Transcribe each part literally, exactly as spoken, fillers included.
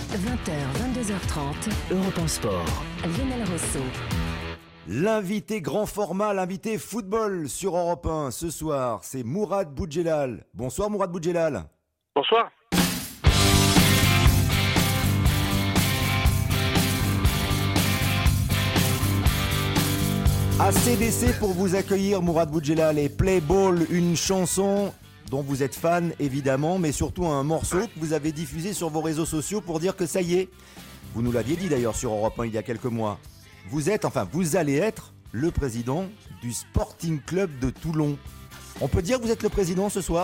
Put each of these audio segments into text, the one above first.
vingt heures, vingt-deux heures trente, Europe un Sport. Lionel Rosso. L'invité grand format, l'invité football sur Europe un ce soir, c'est Mourad Boudjelal. Bonsoir Mourad Boudjelal. Bonsoir. A C D C pour vous accueillir Mourad Boudjelal et Play Ball, une chanson dont vous êtes fan évidemment, mais surtout un morceau que vous avez diffusé sur vos réseaux sociaux pour dire que ça y est, vous nous l'aviez dit d'ailleurs sur Europe un il y a quelques mois, vous êtes, enfin vous allez être le président du Sporting Club de Toulon. On peut dire que vous êtes le président ce soir ?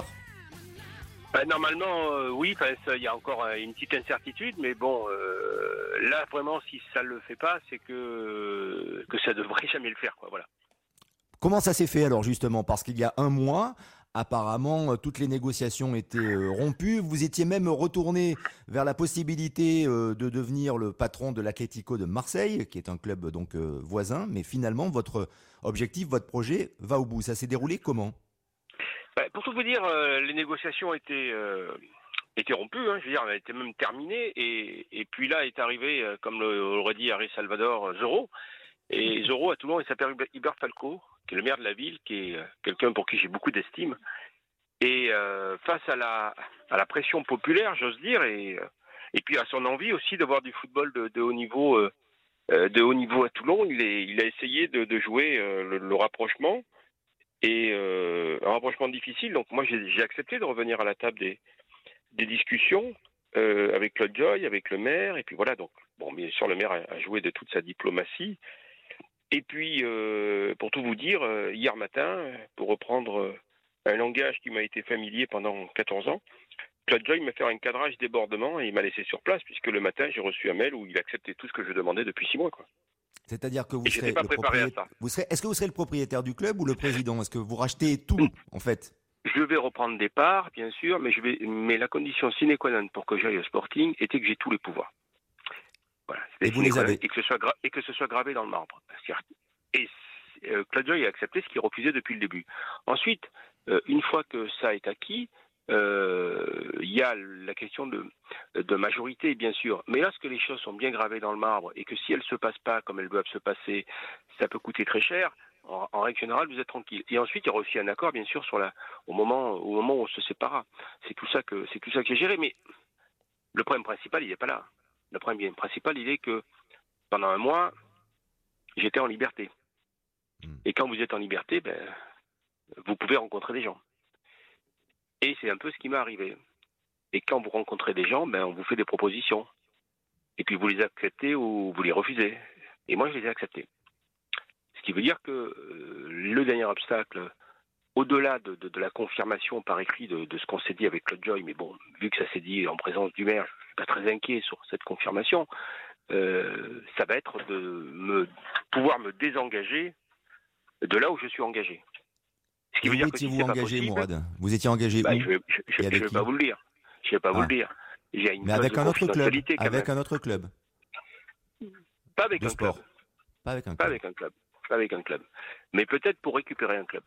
Ben, normalement, euh, oui, il y a encore euh, une petite incertitude, mais bon, euh, là vraiment, si ça ne le fait pas, c'est que, que ça ne devrait jamais le faire, quoi, voilà. Comment ça s'est fait alors justement ? Parce qu'il y a un mois, apparemment, toutes les négociations étaient euh, rompues. Vous étiez même retourné vers la possibilité euh, de devenir le patron de l'Atlético de Marseille, qui est un club donc euh, voisin. Mais finalement, votre objectif, votre projet va au bout. Ça s'est déroulé comment ? Ben, pour tout vous dire, euh, les négociations étaient, euh, étaient rompues, hein, je veux dire, elles étaient même terminées. Et, et puis là est arrivé, euh, comme l'aurait dit Harry Salvador, Zorro. Et Zorro à Toulon, il s'appelle Hubert Falco, qui est le maire de la ville, qui est quelqu'un pour qui j'ai beaucoup d'estime. Et euh, face à la, à la pression populaire, j'ose dire, et, et puis à son envie aussi de voir du football de, de haut niveau, euh, de haut niveau à Toulon, il, est, il a essayé de, de jouer euh, le, le rapprochement, et euh, un rapprochement difficile. Donc moi, j'ai, j'ai accepté de revenir à la table des, des discussions euh, avec Claude Joye, avec le maire, et puis voilà. Donc bon, bien sûr, le maire a, a joué de toute sa diplomatie. Et puis, euh, pour tout vous dire, euh, hier matin, pour reprendre euh, un langage qui m'a été familier pendant quatorze ans, Claude Joye m'a fait un cadrage débordement et il m'a laissé sur place, puisque le matin, j'ai reçu un mail où il acceptait tout ce que je demandais depuis six mois, quoi. C'est-à-dire que vous et serez pas le préparé propriétaire. à ça. Vous serez... Est-ce que vous serez le propriétaire du club ou le président ? Est-ce que vous rachetez tout, en fait ? Je vais reprendre des parts, bien sûr, mais, je vais... mais la condition sine qua non pour que j'aille au Sporting était que j'ai tous les pouvoirs. Voilà. Et vous les avez. Et que, ce soit gra... et que ce soit gravé dans le marbre. Et euh, Claude Joye a accepté ce qu'il refusait depuis le début. Ensuite, euh, une fois que ça est acquis, il euh, y a la question de, de majorité, bien sûr. Mais lorsque les choses sont bien gravées dans le marbre et que si elles ne se passent pas comme elles doivent se passer, ça peut coûter très cher. En, en règle générale, vous êtes tranquille. Et ensuite, il y aura aussi un accord, bien sûr, sur la, au moment, au moment où on se sépara. C'est tout ça que, c'est tout ça que j'ai géré. Mais le problème principal, il n'est pas là. Le problème principal, il est que pendant un mois, j'étais en liberté. Et quand vous êtes en liberté, ben, vous pouvez rencontrer des gens. Et c'est un peu ce qui m'est arrivé. Et quand vous rencontrez des gens, ben, on vous fait des propositions. Et puis vous les acceptez ou vous les refusez. Et moi, je les ai acceptées. Ce qui veut dire que euh, le dernier obstacle, au-delà de, de, de la confirmation par écrit de, de ce qu'on s'est dit avec Claude Joye, mais bon, vu que ça s'est dit en présence du maire, je ne suis pas très inquiet sur cette confirmation, euh, ça va être de me, pouvoir me désengager de là où je suis engagé. Ce qui Et veut où dire que si étiez-vous c'est pas engagé, possible, Mourad ? Vous étiez engagé bah, où ? je ne je, je, Et avec vais qui ? pas vous le dire. Je vais pas vous Ah. le dire. Il y a une Mais clause avec de un autre club. confidentialité, quand Avec même. un autre club. Pas avec De un sport. club. Pas avec un Pas club. avec un club. Pas avec un club. Mais peut-être pour récupérer un club.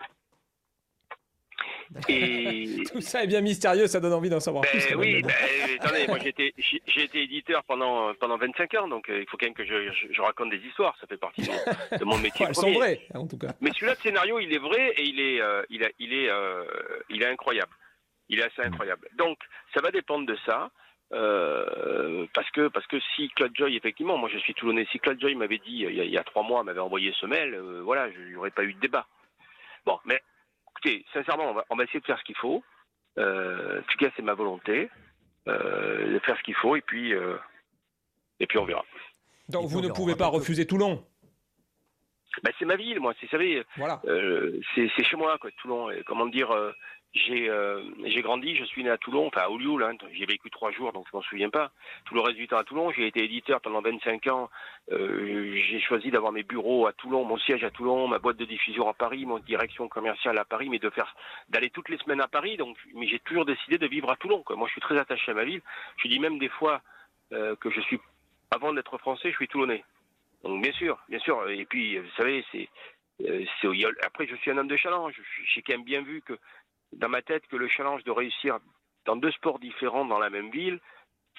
Et... Tout ça est bien mystérieux, ça donne envie d'en savoir ben, plus. Oui, ben, attendez, moi j'ai été, j'ai, j'ai été éditeur pendant, pendant vingt-cinq ans, donc euh, il faut quand même que je, je, je raconte des histoires, ça fait partie de, de mon métier. Elles premier. sont vraies, en tout cas. Mais celui-là de scénario, il est vrai et il est, euh, il, a, il, est, euh, il est incroyable. Il est assez incroyable. Donc, ça va dépendre de ça. Euh, parce que parce que si Claude Joye, effectivement, moi je suis Toulonnais, si Claude Joye m'avait dit il y a, il y a trois mois, m'avait envoyé ce mail, euh, voilà, il n'y aurait pas eu de débat. Bon, mais écoutez, sincèrement, on va, on va essayer de faire ce qu'il faut. Euh, en tout cas, c'est ma volonté euh, de faire ce qu'il faut et puis euh, et puis on verra. Donc Et vous puis, ne on pouvez verra. pas refuser Toulon. Ben, c'est ma ville, moi. C'est, vous savez, Voilà. euh, c'est, c'est chez moi, quoi, Toulon. Et comment dire, euh, j'ai, euh, j'ai grandi, je suis né à Toulon, enfin à Olioul, hein, j'ai vécu trois jours, donc je m'en souviens pas. Tout le reste du temps à Toulon, j'ai été éditeur pendant vingt-cinq ans. Euh, j'ai choisi d'avoir mes bureaux à Toulon, mon siège à Toulon, ma boîte de diffusion à Paris, mon direction commerciale à Paris, mais de faire, d'aller toutes les semaines à Paris. Donc, mais j'ai toujours décidé de vivre à Toulon, quoi. Moi, je suis très attaché à ma ville. Je dis même des fois euh, que je suis, avant d'être français, je suis toulonnais. Donc bien sûr, bien sûr. Et puis, vous savez, c'est, euh, c'est après, je suis un homme de challenge. J'ai quand même bien vu que dans ma tête que le challenge de réussir dans deux sports différents dans la même ville,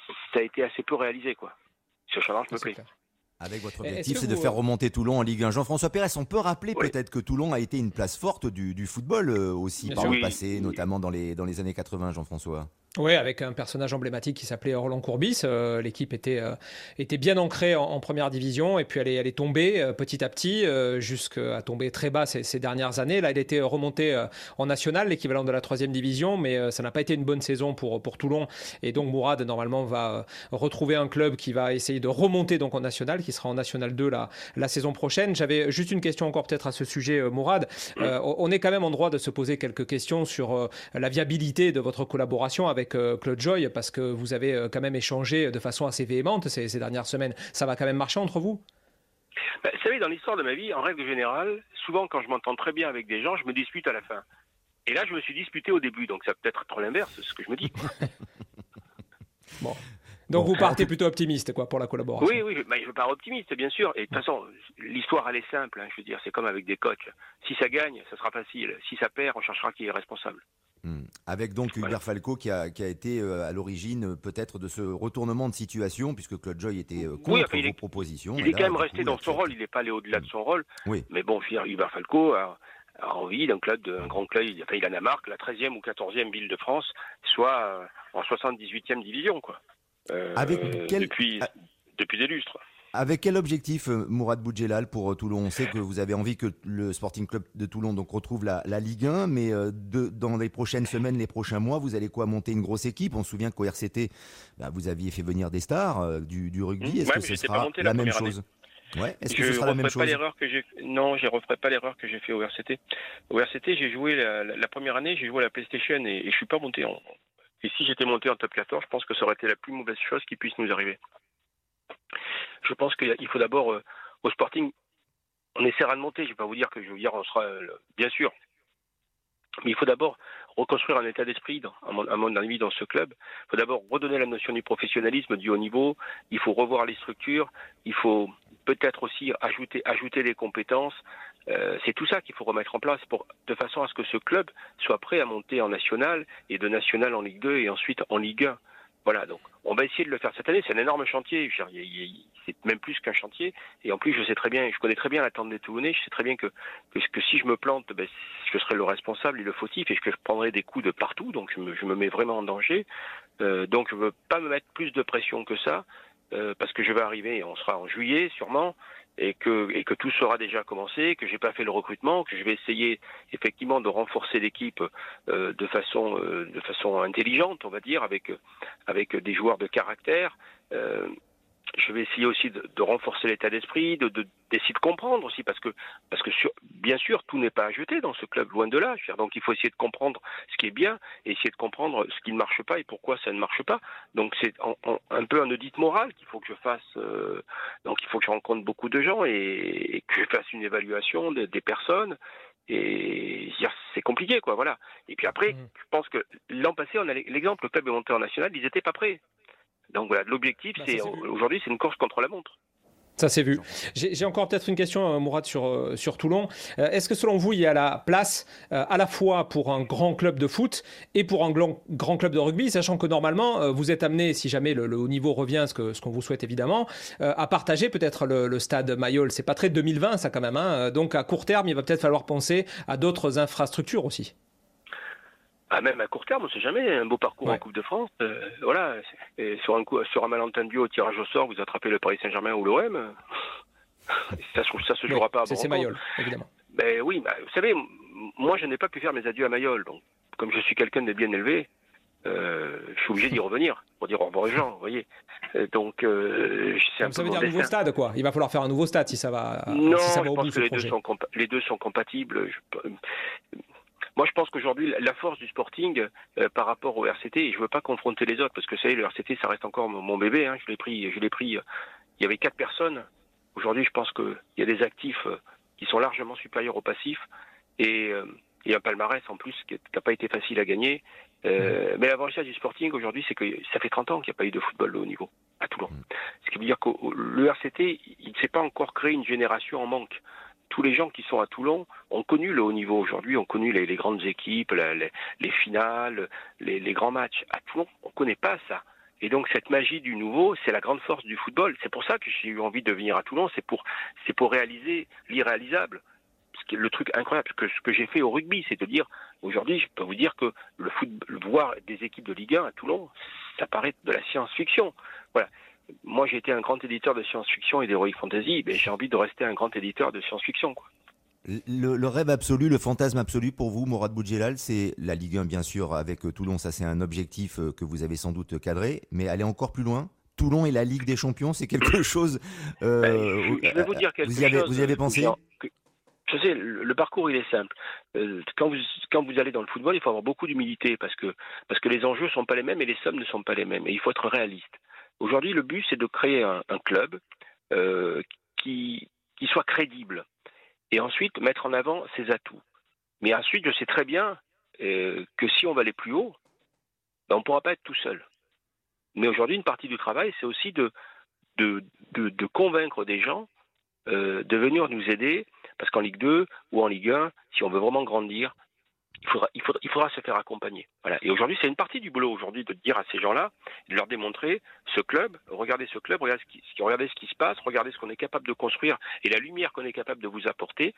ça a été assez peu réalisé, quoi. Ce challenge me plaît. Avec votre Est-ce objectif, que c'est vous, de faire euh, remonter Toulon en Ligue un. Jean-François Pérez, on peut rappeler Oui. peut-être que Toulon a été une place forte du, du football euh, aussi Bien par sûr. le Oui. passé, notamment dans les, dans les années quatre-vingts, Jean-François. Oui, avec un personnage emblématique qui s'appelait Roland Courbis. Euh, l'équipe était, euh, était bien ancrée en, en première division et puis elle est, elle est tombée euh, petit à petit euh, jusqu'à tomber très bas ces, ces dernières années. Là, elle était remontée euh, en national, l'équivalent de la troisième division, mais euh, ça n'a pas été une bonne saison pour, pour Toulon. Et donc Mourad, normalement, va euh, retrouver un club qui va essayer de remonter donc en national, qui sera en national deux la, la saison prochaine. J'avais juste une question encore peut-être à ce sujet, euh, Mourad. Euh, on est quand même en droit de se poser quelques questions sur euh, la viabilité de votre collaboration avec avec euh, Claude Joy, parce que vous avez euh, quand même échangé de façon assez véhémente ces, ces dernières semaines. Ça va quand même marcher entre vous? Ben, vous savez, dans l'histoire de ma vie, en règle générale, souvent quand je m'entends très bien avec des gens, je me dispute à la fin. Et là, je me suis disputé au début, donc ça peut être trop l'inverse, ce que je me dis. Bon. Donc Bon, vous partez en tout- plutôt optimiste quoi, pour la collaboration. Oui, oui, je, ben, je pars optimiste, bien sûr. Et de toute façon, l'histoire, elle est simple. Hein, je veux dire, c'est comme avec des coachs. Si ça gagne, ça sera facile. Si ça perd, on cherchera qui est responsable. Hmm. Avec donc Voilà. Hubert Falco qui a, qui a été euh, à l'origine euh, peut-être de ce retournement de situation, puisque Claude Joy était euh, contre Oui, enfin, il vos est- propositions. Il et est là, quand même du coup, resté il dans son accepte. rôle, il n'est pas allé au-delà de son rôle. Oui. Mais bon, je veux dire, Hubert Falco a, a envie d'un club, d'un grand club, enfin, il en a marre que la treizième ou quatorzième ville de France soit euh, en soixante-dix-huitième division, quoi. Euh, Avec quel- depuis, ah. depuis des lustres. Avec quel objectif, euh, Mourad Boudjelal, pour euh, Toulon? On sait que vous avez envie que le Sporting Club de Toulon donc retrouve la, la Ligue un, mais euh, de, dans les prochaines semaines, les prochains mois, vous allez quoi, monter une grosse équipe? On se souvient qu'au R C T, bah, vous aviez fait venir des stars euh, du, du rugby. Mmh, Est-ce ouais, que mais ce j'étais pas sera monté la, la même première chose? Ouais. Est-ce que Je ce sera la même referai pas chose? l'erreur que j'ai. Non, je referai pas l'erreur que j'ai fait au R C T. Au R C T, j'ai joué la, la, la première année, j'ai joué à la PlayStation et, et je suis pas monté en. Et si j'étais monté en top quatorze, je pense que ça aurait été la plus mauvaise chose qui puisse nous arriver. Je pense qu'il faut d'abord euh, au Sporting, on essaiera de monter. Je vais pas vous dire que je veux dire on sera euh, bien sûr, mais il faut d'abord reconstruire un état d'esprit, dans, à, mon, à mon avis, dans ce club. Il faut d'abord redonner la notion du professionnalisme, du haut niveau. Il faut revoir les structures. Il faut peut-être aussi ajouter, ajouter des compétences. Euh, c'est tout ça qu'il faut remettre en place pour, de façon à ce que ce club soit prêt à monter en national et de national en Ligue deux et ensuite en Ligue un. Voilà, donc on va essayer de le faire cette année. C'est un énorme chantier. Je veux dire, il y a- il y a- c'est même plus qu'un chantier. Et en plus, je sais très bien, je connais très bien l'attente des Toulonnais. Je sais très bien que, que, que si je me plante, ben, je serai le responsable et le fautif et que je prendrai des coups de partout. Donc je me, je me mets vraiment en danger. Euh, donc je ne veux pas me mettre plus de pression que ça euh, parce que je vais arriver, on sera en juillet sûrement, et que, et que tout sera déjà commencé, que j'ai pas fait le recrutement, que je vais essayer effectivement de renforcer l'équipe euh, de façon euh, de façon intelligente, on va dire, avec avec des joueurs de caractère. Euh, je vais essayer aussi de, de renforcer l'état d'esprit, de, de d'essayer de comprendre aussi, parce que parce que sur, bien sûr tout n'est pas à jeter dans ce club, loin de là. Je veux dire, donc il faut essayer de comprendre ce qui est bien et essayer de comprendre ce qui ne marche pas et pourquoi ça ne marche pas. Donc c'est en, en, un peu un audit moral qu'il faut que je fasse. Euh, donc il faut que je rencontre beaucoup de gens et, et que je fasse une évaluation de, des personnes. Et c'est compliqué, quoi, voilà. Et puis après, mmh. je pense que l'an passé, on a l'exemple, le club est monté en national, ils n'étaient pas prêts. Donc voilà, l'objectif, bah, c'est aujourd'hui, c'est une course contre la montre. Ça s'est vu. J'ai, j'ai encore peut-être une question, Mourad, sur, sur Toulon. Euh, est-ce que selon vous, il y a la place euh, à la fois pour un grand club de foot et pour un grand, grand club de rugby, sachant que normalement, euh, vous êtes amené, si jamais le, le haut niveau revient, ce, que, ce qu'on vous souhaite évidemment, euh, à partager peut-être le, le stade Mayol. C'est pas très deux mille vingt, ça quand même. Hein. Donc à court terme, il va peut-être falloir penser à d'autres infrastructures aussi. Ah, même à court terme, on ne sait jamais, un beau parcours ouais. en Coupe de France. Euh, voilà, et sur, un coup, sur un malentendu au tirage au sort, vous attrapez le Paris Saint-Germain ou l'O M. Ça, ça se jouera oui, pas à C'est, c'est Mayol, évidemment. Ben oui, bah, vous savez, moi je n'ai pas pu faire mes adieux à Mayol. Donc, comme je suis quelqu'un de bien élevé, euh, je suis obligé d'y revenir pour dire au revoir aux gens, vous voyez. Donc, euh, c'est un ça peu veut dire un nouveau stade, quoi. Il va falloir faire un nouveau stade si ça va. Non, si ça va je au pense bout, que les deux, sont compa- les deux sont compatibles. Je... Moi, je pense qu'aujourd'hui, la force du Sporting euh, par rapport au R C T, et je ne veux pas confronter les autres, parce que vous savez, le R C T, ça reste encore mon, mon bébé. Hein, je l'ai pris, je l'ai pris. Euh, il y avait quatre personnes. Aujourd'hui, je pense qu'il y a des actifs euh, qui sont largement supérieurs aux passifs, et, euh, et un palmarès en plus qui n'a pas été facile à gagner. Euh, mmh. Mais l'avantage du Sporting aujourd'hui, c'est que ça fait trente ans qu'il n'y a pas eu de football de haut niveau à Toulon. Mmh. Ce qui veut dire que le R C T, il ne s'est pas encore créé une génération en manque. Tous les gens qui sont à Toulon ont connu le haut niveau aujourd'hui, ont connu les, les grandes équipes, la, les, les finales, les, les grands matchs. À Toulon, on ne connaît pas ça. Et donc cette magie du nouveau, c'est la grande force du football. C'est pour ça que j'ai eu envie de venir à Toulon, c'est pour, c'est pour réaliser l'irréalisable. Le truc incroyable, que ce que j'ai fait au rugby, c'est de dire, aujourd'hui, je peux vous dire que le football, voir des équipes de Ligue un à Toulon, ça paraît de la science-fiction. Voilà. Moi, j'ai été un grand éditeur de science-fiction et d'heroic fantasy, mais j'ai envie de rester un grand éditeur de science-fiction, quoi. Le, le rêve absolu, le fantasme absolu pour vous, Mourad Boudjelal, c'est la Ligue un, bien sûr, avec Toulon. Ça, c'est un objectif que vous avez sans doute cadré, mais aller encore plus loin. Toulon et la Ligue des Champions, c'est quelque chose. Euh, ben, je, je vais vous dire quelque vous y avez, chose. Vous y avez pensé? que, Je sais, le, le parcours, il est simple. Euh, quand, vous, quand vous allez dans le football, il faut avoir beaucoup d'humilité parce que, parce que les enjeux ne sont pas les mêmes et les sommes ne sont pas les mêmes. Et il faut être réaliste. Aujourd'hui, le but, c'est de créer un, un club euh, qui, qui soit crédible. Et ensuite, mettre en avant ses atouts. Mais ensuite, je sais très bien euh, que si on va aller plus haut, ben, on ne pourra pas être tout seul. Mais aujourd'hui, une partie du travail, c'est aussi de, de, de, de convaincre des gens euh, de venir nous aider, parce qu'en Ligue deux ou en Ligue un, si on veut vraiment grandir, il faudra, il faudra, il faudra se faire accompagner. Voilà. Et aujourd'hui, c'est une partie du boulot aujourd'hui de dire à ces gens-là, de leur démontrer ce club, regardez ce club, regardez ce qui, regardez ce qui se passe, regardez ce qu'on est capable de construire et la lumière qu'on est capable de vous apporter.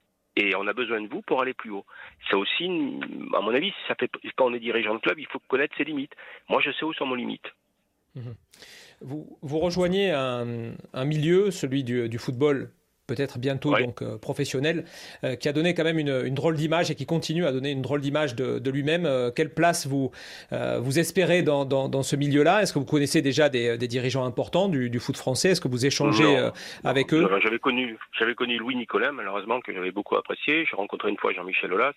Et on a besoin de vous pour aller plus haut. Ça aussi, à mon avis, ça fait, quand on est dirigeant de club, il faut connaître ses limites. Moi, je sais où sont mes limites. Mmh. Vous, vous rejoignez un, un milieu, celui du, du football, peut-être bientôt ouais. donc euh, professionnel, euh, qui a donné quand même une, une drôle d'image et qui continue à donner une drôle d'image de, de lui-même. Euh, quelle place vous, euh, vous espérez dans, dans, dans ce milieu-là? Est-ce que vous connaissez déjà des, des dirigeants importants du, du foot français? Est-ce que vous échangez non, euh, avec non, eux? J'avais connu, j'avais connu Louis Nicolin, malheureusement, que j'avais beaucoup apprécié. J'ai rencontré une fois Jean-Michel Aulas.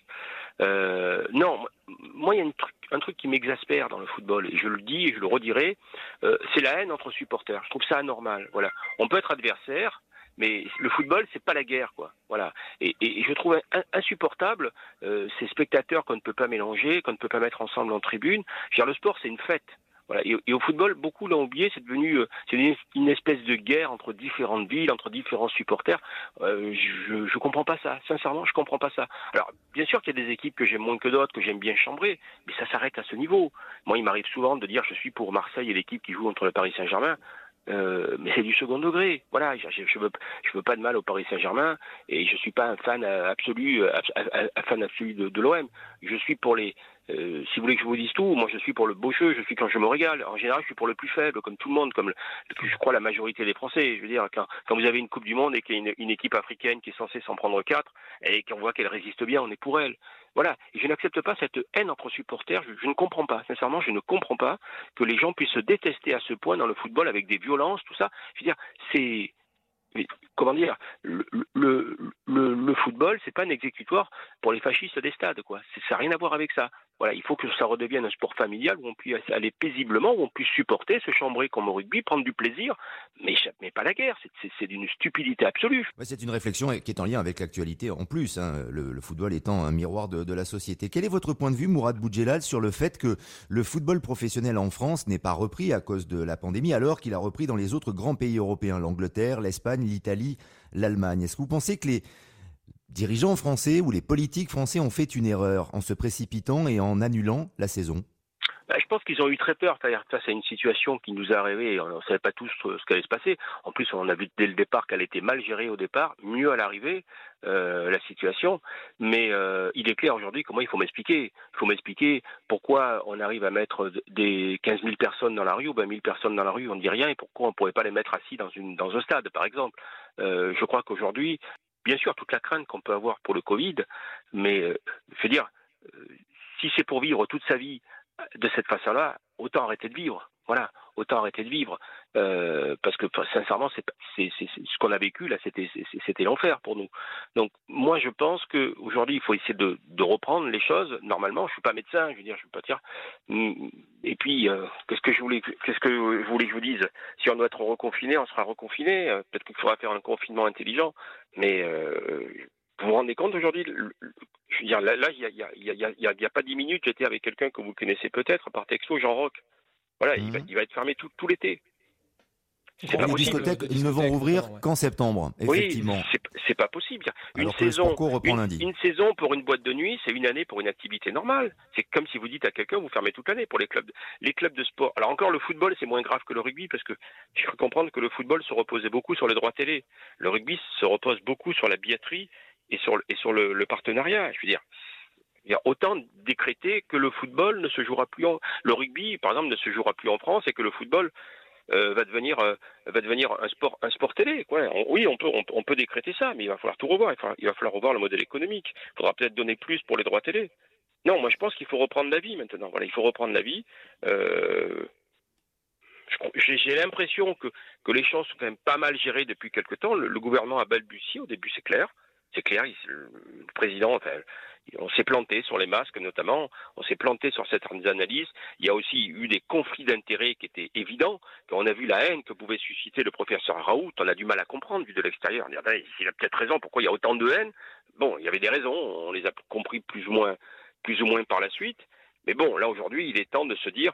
Euh, non, moi, il y a une truc, un truc qui m'exaspère dans le football, et je le dis et je le redirai, euh, c'est la haine entre supporters. Je trouve ça anormal. Voilà. On peut être adversaire, mais le football, c'est pas la guerre, quoi. Voilà. Et, et, et je trouve insupportable euh, ces spectateurs qu'on ne peut pas mélanger, qu'on ne peut pas mettre ensemble en tribune. Je veux dire, le sport, c'est une fête. Voilà. Et, et au football, beaucoup l'ont oublié, c'est devenu euh, c'est une, une espèce de guerre entre différentes villes, entre différents supporters. Euh, je, je comprends pas ça. Sincèrement, je comprends pas ça. Alors, bien sûr qu'il y a des équipes que j'aime moins que d'autres, que j'aime bien chambrer, mais ça s'arrête à ce niveau. Moi, il m'arrive souvent de dire je suis pour Marseille et l'équipe qui joue contre le Paris Saint-Germain. Euh, mais c'est du second degré. Voilà, je, je veux, je veux pas de mal au Paris Saint-Germain et je suis pas un fan absolu, un fan absolu de, de l'O M. Je suis pour les, euh, si vous voulez que je vous dise tout, moi je suis pour le beau jeu. Je suis quand je me régale. En général, je suis pour le plus faible, comme tout le monde, comme le, je crois la majorité des Français. Je veux dire, quand, quand vous avez une Coupe du Monde et qu'il y a une, une équipe africaine qui est censée s'en prendre quatre et qu'on voit qu'elle résiste bien, on est pour elle. Voilà, et je n'accepte pas cette haine entre supporters, je, je ne comprends pas, sincèrement, je ne comprends pas que les gens puissent se détester à ce point dans le football avec des violences, tout ça. Je veux dire, c'est... Comment dire, le, le, le, le football, c'est pas un exécutoire pour les fascistes des stades, quoi. C'est, ça n'a rien à voir avec ça. Voilà, il faut que ça redevienne un sport familial où on puisse aller paisiblement, où on puisse supporter, se chambrer comme au rugby, prendre du plaisir, mais, mais pas la guerre. C'est, c'est, c'est d'une stupidité absolue. Ouais, c'est une réflexion qui est en lien avec l'actualité en plus, hein, le, le football étant un miroir de, de la société. Quel est votre point de vue, Mourad Boudjelal, sur le fait que le football professionnel en France n'est pas repris à cause de la pandémie, alors qu'il a repris dans les autres grands pays européens, l'Angleterre, l'Espagne, l'Italie, l'Allemagne? Est-ce que vous pensez que les dirigeants français ou les politiques français ont fait une erreur en se précipitant et en annulant la saison? Ben, je pense qu'ils ont eu très peur, c'est-à-dire face à une situation qui nous est arrivée, on ne savait pas tous ce qui allait se passer. En plus, on a vu dès le départ qu'elle était mal gérée au départ, mieux à l'arrivée, euh, la situation. Mais euh, il est clair aujourd'hui que moi, il faut m'expliquer. Il faut m'expliquer pourquoi on arrive à mettre des quinze mille personnes dans la rue ou vingt mille personnes dans la rue, on ne dit rien, et pourquoi on ne pourrait pas les mettre assis dans, une, dans un stade, par exemple. Euh, je crois qu'aujourd'hui, bien sûr, toute la crainte qu'on peut avoir pour le Covid, mais euh, je veux dire, euh, si c'est pour vivre toute sa vie de cette façon-là, autant arrêter de vivre. Voilà, autant arrêter de vivre. Euh, parce que sincèrement, c'est, c'est, c'est, c'est, ce qu'on a vécu là, c'était, c'est, c'était l'enfer pour nous. Donc moi, je pense qu'aujourd'hui, il faut essayer de, de reprendre les choses normalement. Je suis pas médecin, je veux dire, je peux pas dire. Et puis, euh, qu'est-ce que je voulais, qu'est-ce que je voulais que je vous dise? Si on doit être reconfiné, on sera reconfiné. Euh, peut-être qu'il faudra faire un confinement intelligent, mais euh, vous vous rendez compte aujourd'hui, je veux dire, là, là, il y a, il y a, il y a, il y a, il y a pas dix minutes, j'étais avec quelqu'un que vous connaissez peut-être par texto, Jean Roch. Voilà, mmh. il, va, il va être fermé tout, tout l'été. C'est pas les possible. discothèques, ils ne vont rouvrir ouais. qu'en septembre, effectivement. Oui, c'est, c'est pas possible. Une Alors que le saison, sport co reprend une, lundi. une saison pour une boîte de nuit, c'est une année pour une activité normale. C'est comme si vous dites à quelqu'un, vous fermez toute l'année pour les clubs. Les clubs de sport. Alors encore, le football, c'est moins grave que le rugby parce que je peux comprendre que le football se reposait beaucoup sur les droits télé. Le rugby se repose beaucoup sur la billetterie et sur, et sur le, le partenariat. Je veux dire. Il y a autant décrété que le football ne se jouera plus en... Le rugby, par exemple, ne se jouera plus en France et que le football euh, va devenir euh, va devenir un sport un sport télé. Quoi. On, oui, on peut on, on peut décréter ça, mais il va falloir tout revoir. Il va falloir, il va falloir revoir le modèle économique. Il faudra peut-être donner plus pour les droits télé. Non, moi je pense qu'il faut reprendre la vie maintenant. Voilà, il faut reprendre la vie. Euh... J'ai, j'ai l'impression que, que les choses sont quand même pas mal gérées depuis quelque temps. Le, le gouvernement a balbutié. Au début, c'est clair. C'est clair, il, le président, enfin, on s'est planté sur les masques notamment, on s'est planté sur certaines analyses. Il y a aussi eu des conflits d'intérêts qui étaient évidents. Quand on a vu la haine que pouvait susciter le professeur Raoult, on a du mal à comprendre vu de l'extérieur. On dit, ben, il a peut-être raison, pourquoi il y a autant de haine ? Bon, il y avait des raisons, on les a compris plus ou moins, plus ou moins par la suite. Mais bon, là aujourd'hui, il est temps de se dire,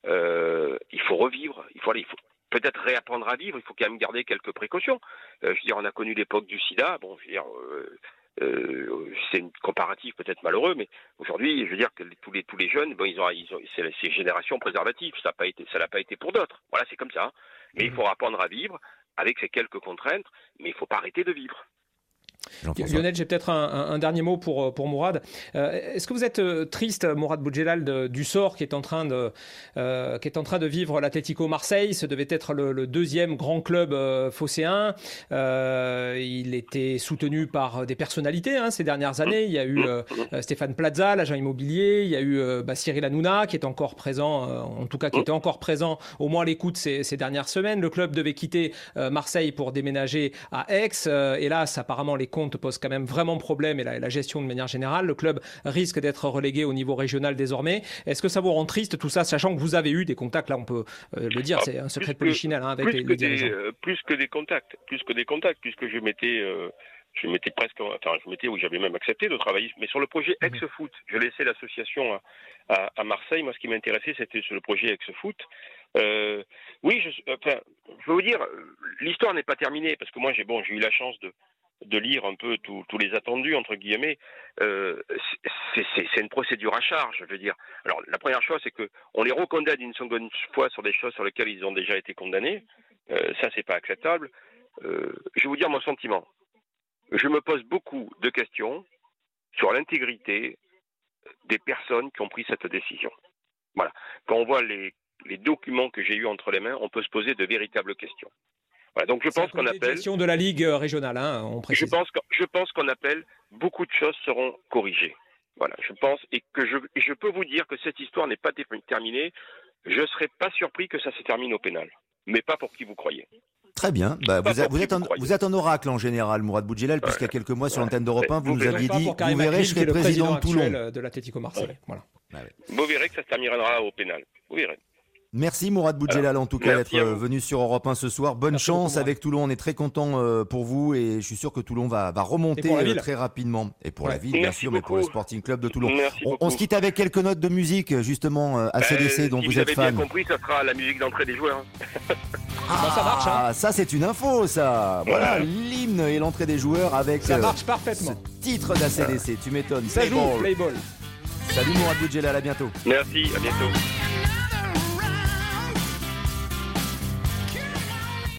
euh, il faut revivre, il faut aller, il faut peut-être réapprendre à vivre, il faut quand même garder quelques précautions. Euh, je veux dire, on a connu l'époque du sida, bon, je veux dire, euh, euh, c'est une comparative peut-être malheureux, mais aujourd'hui, je veux dire que les, tous les tous les jeunes, bon, ils ont, ils ont c'est, c'est génération préservative, ça n'a pas été, ça l'a pas été pour d'autres. Voilà, c'est comme ça. Mais il faut apprendre à vivre avec ces quelques contraintes, mais il faut pas arrêter de vivre. Lionel, j'ai peut-être un, un, un dernier mot pour, pour Mourad. Euh, est-ce que vous êtes euh, triste, Mourad Boudjelal, de, du sort qui est en train de, euh, qui est en train de vivre l'Atlético Marseille ? Ce devait être le, le deuxième grand club euh, phocéen. Euh, il était soutenu par des personnalités hein, ces dernières années. Il y a eu euh, Stéphane Plaza, l'agent immobilier. Il y a eu euh, bah, Cyril Hanouna, qui est encore présent, euh, en tout cas qui était encore présent, au moins à l'écoute ces, ces dernières semaines. Le club devait quitter euh, Marseille pour déménager à Aix. Euh, hélas, apparemment, les comptes pose quand même vraiment problème et la, la gestion de manière générale. Le club risque d'être relégué au niveau régional désormais. Est-ce que ça vous rend triste tout ça, sachant que vous avez eu des contacts, là on peut euh, le dire, ah, c'est un secret de polichinelle hein, avec les, les dirigeants. Des, euh, plus que des contacts, plus que des contacts, puisque je m'étais, euh, je m'étais presque, enfin je m'étais, oui j'avais même accepté de travailler, mais sur le projet mmh. Ex-Foot. Je laissais l'association à, à, à Marseille. Moi ce qui m'intéressait c'était sur le projet Ex-Foot. Euh, oui, je, enfin, je veux vous dire, l'histoire n'est pas terminée, parce que moi j'ai, bon, j'ai eu la chance de de lire un peu tous les attendus, entre guillemets, euh, c'est, c'est, c'est une procédure à charge, je veux dire. Alors, la première chose, c'est qu'on les recondamne une seconde fois sur des choses sur lesquelles ils ont déjà été condamnés. Euh, ça, c'est pas acceptable. Euh, je vais vous dire mon sentiment. Je me pose beaucoup de questions sur l'intégrité des personnes qui ont pris cette décision. Voilà. Quand on voit les, les documents que j'ai eus entre les mains, on peut se poser de véritables questions. Voilà, donc je pense qu'on appelle. Gestion de la Ligue régionale, hein, on précise. Je pense, que, je pense qu'on appelle. Beaucoup de choses seront corrigées. Voilà, je pense et que je, je peux vous dire que cette histoire n'est pas terminée. Je ne serais pas surpris que ça se termine au pénal, mais pas pour qui vous croyez. Très bien. Bah, vous, a, vous, êtes un, vous êtes un oracle en général, Mourad Boudjelal, ouais. puisqu'il y a quelques mois sur ouais. l'antenne d'Europe un, vous, vous nous aviez dit, vous verrez, je serai président de Toulon. De l'Atlético Marseille. Ouais. Voilà. Ouais. Vous verrez que ça se terminera au pénal. Vous verrez. Merci Mourad Boudjelal en tout cas d'être venu sur Europe un ce soir. Bonne Merci chance beaucoup, avec Toulon, on est très content pour vous et je suis sûr que Toulon va, va remonter très rapidement. Et pour ouais. la ville, bien Merci sûr, beaucoup. mais pour le Sporting Club de Toulon. On, on se quitte avec quelques notes de musique justement à C D C euh, dont si vous, vous êtes fan. Si vous avez bien compris, ça sera la musique d'entrée des joueurs. Ah, bah, ça marche. Hein. Ça c'est une info ça. Voilà, ouais. l'hymne et l'entrée des joueurs avec ça marche parfaitement. Ce titre d'A C D C, tu m'étonnes. Ça joue, Play Ball. Salut Mourad Boudjelal, à bientôt. Merci, à bientôt.